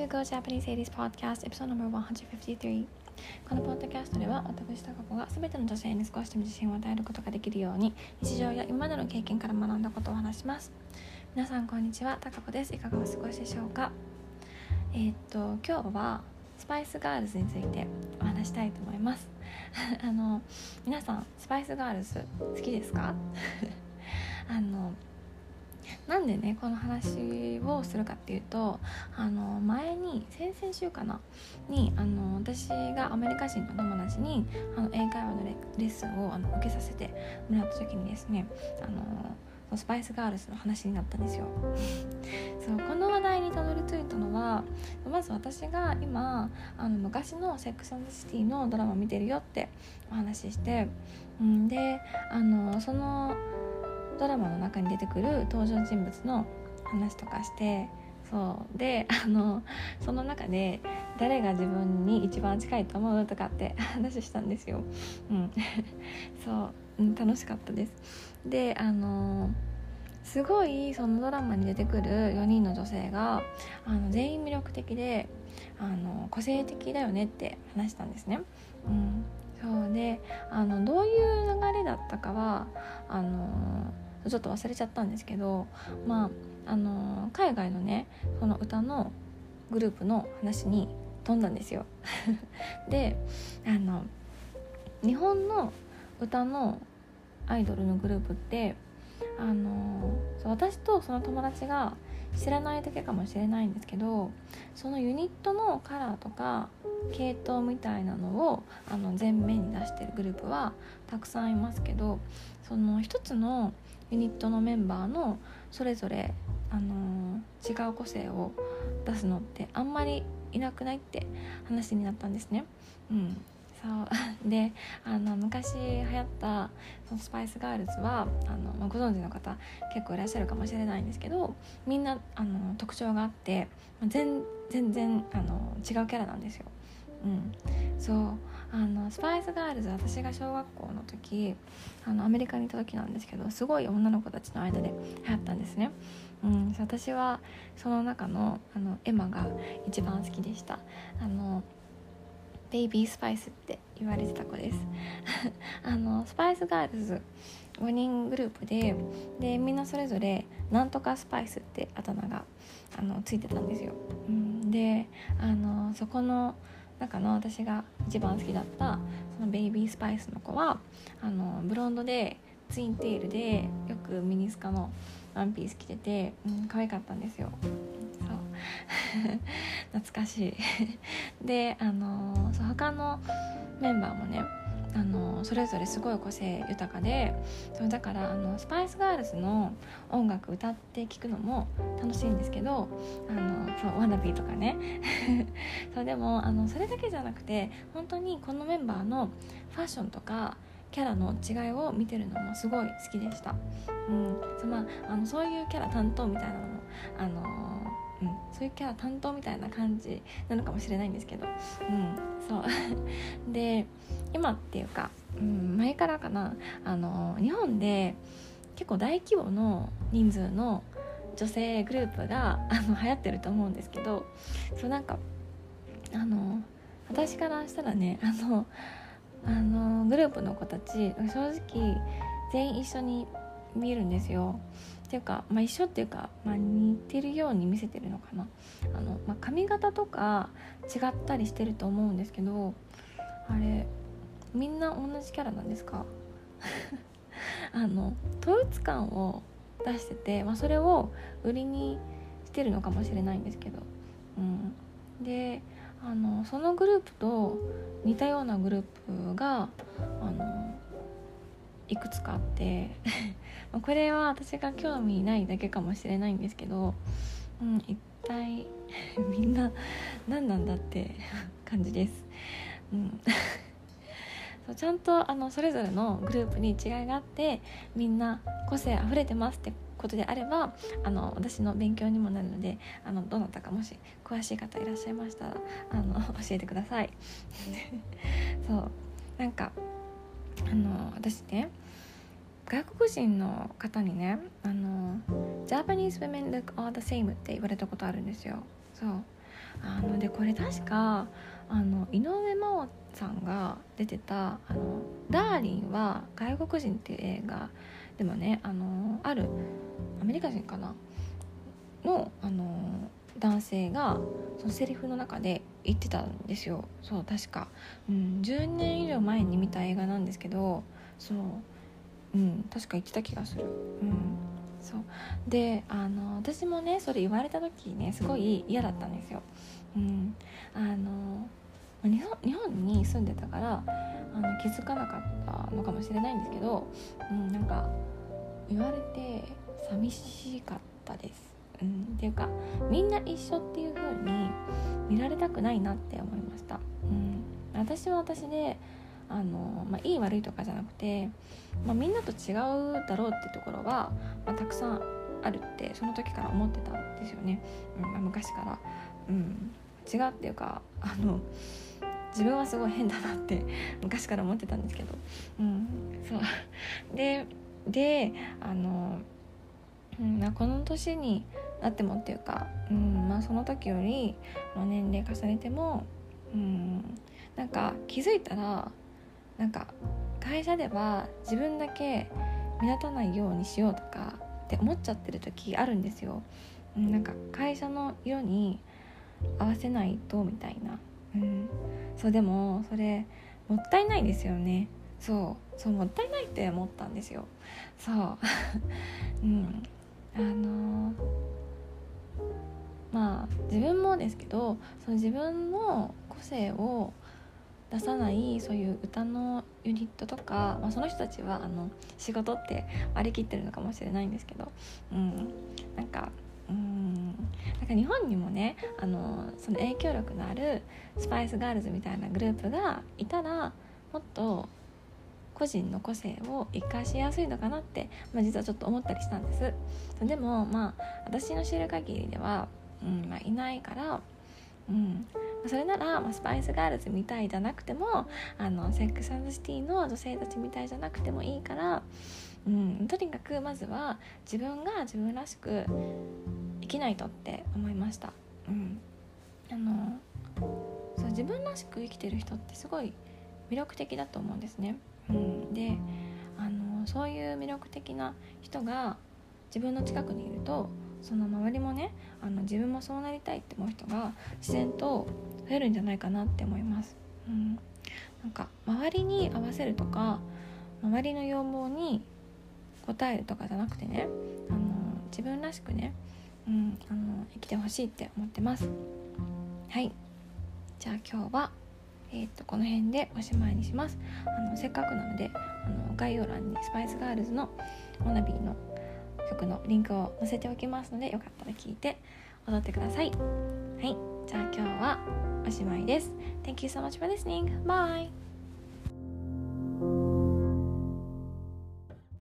to Go Japanese 80s Podcast Episode No.153。 このポッドキャストでは私タカ子が全ての女性に少しでも自信を与えることができるように日常や今までの経験から学んだことを話します。皆さんこんにちは、タカ子です。いかがお過ごしでしょうか。今日はスパイスガールズについてお話したいと思います皆さんスパイスガールズ好きですかなんでねこの話をするかっていうと、前に先々週かなに私がアメリカ人の友達に英会話のレッスンを受けさせてもらった時にですね、スパイスガールズの話になったんですよそう、この話題にたどり着いたのは、まず私が今昔のセックス&ザ・シティのドラマ見てるよってお話しして、でそのドラマの中に出てくる登場人物の話とかして、そうでその中で誰が自分に一番近いと思うとかって話したんですよ、そう、楽しかったです。ですごいそのドラマに出てくる4人の女性が全員魅力的で個性的だよねって話したんですね、そうでどういう流れだったかはちょっと忘れちゃったんですけど、海外のねその歌のグループの話に飛んだんですよで日本の歌のアイドルのグループって私とその友達が知らないだけかもしれないんですけど、そのユニットのカラーとか系統みたいなのを前面に出してるグループはたくさんいますけど、その一つのユニットのメンバーのそれぞれ、違う個性を出すのってあんまりいなくないって話になったんですね。そうで昔流行ったそのスパイスガールズはご存知の方結構いらっしゃるかもしれないんですけど、みんな特徴があって全然違うキャラなんですよ。そうスパイスガールズ、私が小学校の時アメリカにいた時なんですけど、すごい女の子たちの間で流行ったんですね。私はその中のエマが一番好きでした。ベイビースパイスって言われてた子ですスパイスガールズ5人グループでみんなそれぞれなんとかスパイスってあだ名がついてたんですよ。でそこの中の私が一番好きだったそのベイビースパイスの子はブロンドでツインテールでよくミニスカのワンピース着てて、可愛かったんですよ。懐かしいで他のメンバーもねそれぞれすごい個性豊かで、そうだからスパイスガールズの音楽歌って聴くのも楽しいんですけどワナビーとかねそうでもそれだけじゃなくて本当にこのメンバーのファッションとかキャラの違いを見てるのもすごい好きでした。そういうキャラ担当みたいなのもそういうキャラ担当みたいな感じなのかもしれないんですけど、そうで今っていうか、前からかな日本で結構大規模の人数の女性グループが流行ってると思うんですけど、そうなんか私からしたらねグループの子たち正直全員一緒に見えるんですよ。っていうか、一緒っていうか、似てるように見せてるのかな。髪型とか違ったりしてると思うんですけど、あれみんな同じキャラなんですか統一感を出してて、それを売りにしてるのかもしれないんですけど、でそのグループと似たようなグループがいくつかあってこれは私が興味ないだけかもしれないんですけど、一体みんな何なんだって感じです。そうちゃんとそれぞれのグループに違いがあってみんな個性あふれてますってことであれば私の勉強にもなるのでどなたかもし詳しい方いらっしゃいましたら教えてくださいそうなんか私ね外国人の方にねJapanese women look all the same って言われたことあるんですよ。そうでこれ確か井上真央さんが出てたダーリンは外国人っていう映画でもね、あるアメリカ人かなの、男性がそのセリフの中で言ってたんですよ。そう確か、10年以上前に見た映画なんですけど、そう、確か言ってた気がする。そうで私もねそれ言われた時ねすごい嫌だったんですよ。日本に住んでたから気づかなかったのかもしれないんですけど、なんか言われて寂しかったです。っていうかみんな一緒っていう風に見られたくないなって思いました。私は私でいい悪いとかじゃなくて、みんなと違うだろうってところは、たくさんあるってその時から思ってたんですよね。昔から、違うっていうか自分はすごい変だなって昔から思ってたんですけど、そうでこの年になってもっていうか、その時より年齢重ねても、なんか気づいたらなんか会社では自分だけ目立たないようにしようとかって思っちゃってる時あるんですよ。なんか会社の色に合わせないとみたいな、そうでもそれもったいないですよね。そうもったいないって思ったんですよ。そう自分もですけど、その自分の個性を出さないそういう歌のユニットとか、その人たちは仕事って割り切ってるのかもしれないんですけど、なんか日本にもねその影響力のあるスパイスガールズみたいなグループがいたらもっと個人の個性を生かしやすいのかなって、実はちょっと思ったりしたんです。でも私の知る限りでは、いないから、それなら、スパイスガールズみたいじゃなくてもセックス&シティの女性たちみたいじゃなくてもいいから、とにかくまずは自分が自分らしく生きないとって思いました。そう自分らしく生きてる人ってすごい魅力的だと思うんですね。でそういう魅力的な人が自分の近くにいると、その周りもね自分もそうなりたいって思う人が自然と増えるんじゃないかなって思います。なんか周りに合わせるとか周りの要望に応えるとかじゃなくてね、自分らしくね、生きてほしいって思ってます。はい、じゃあ今日はこの辺でおしまいにします。せっかくなので概要欄にスパイスガールズのモナビーの曲のリンクを載せておきますので、よかったら聞いて踊ってください。はい、じゃあ今日はおしまいです。 Thank you so much for listening. Bye.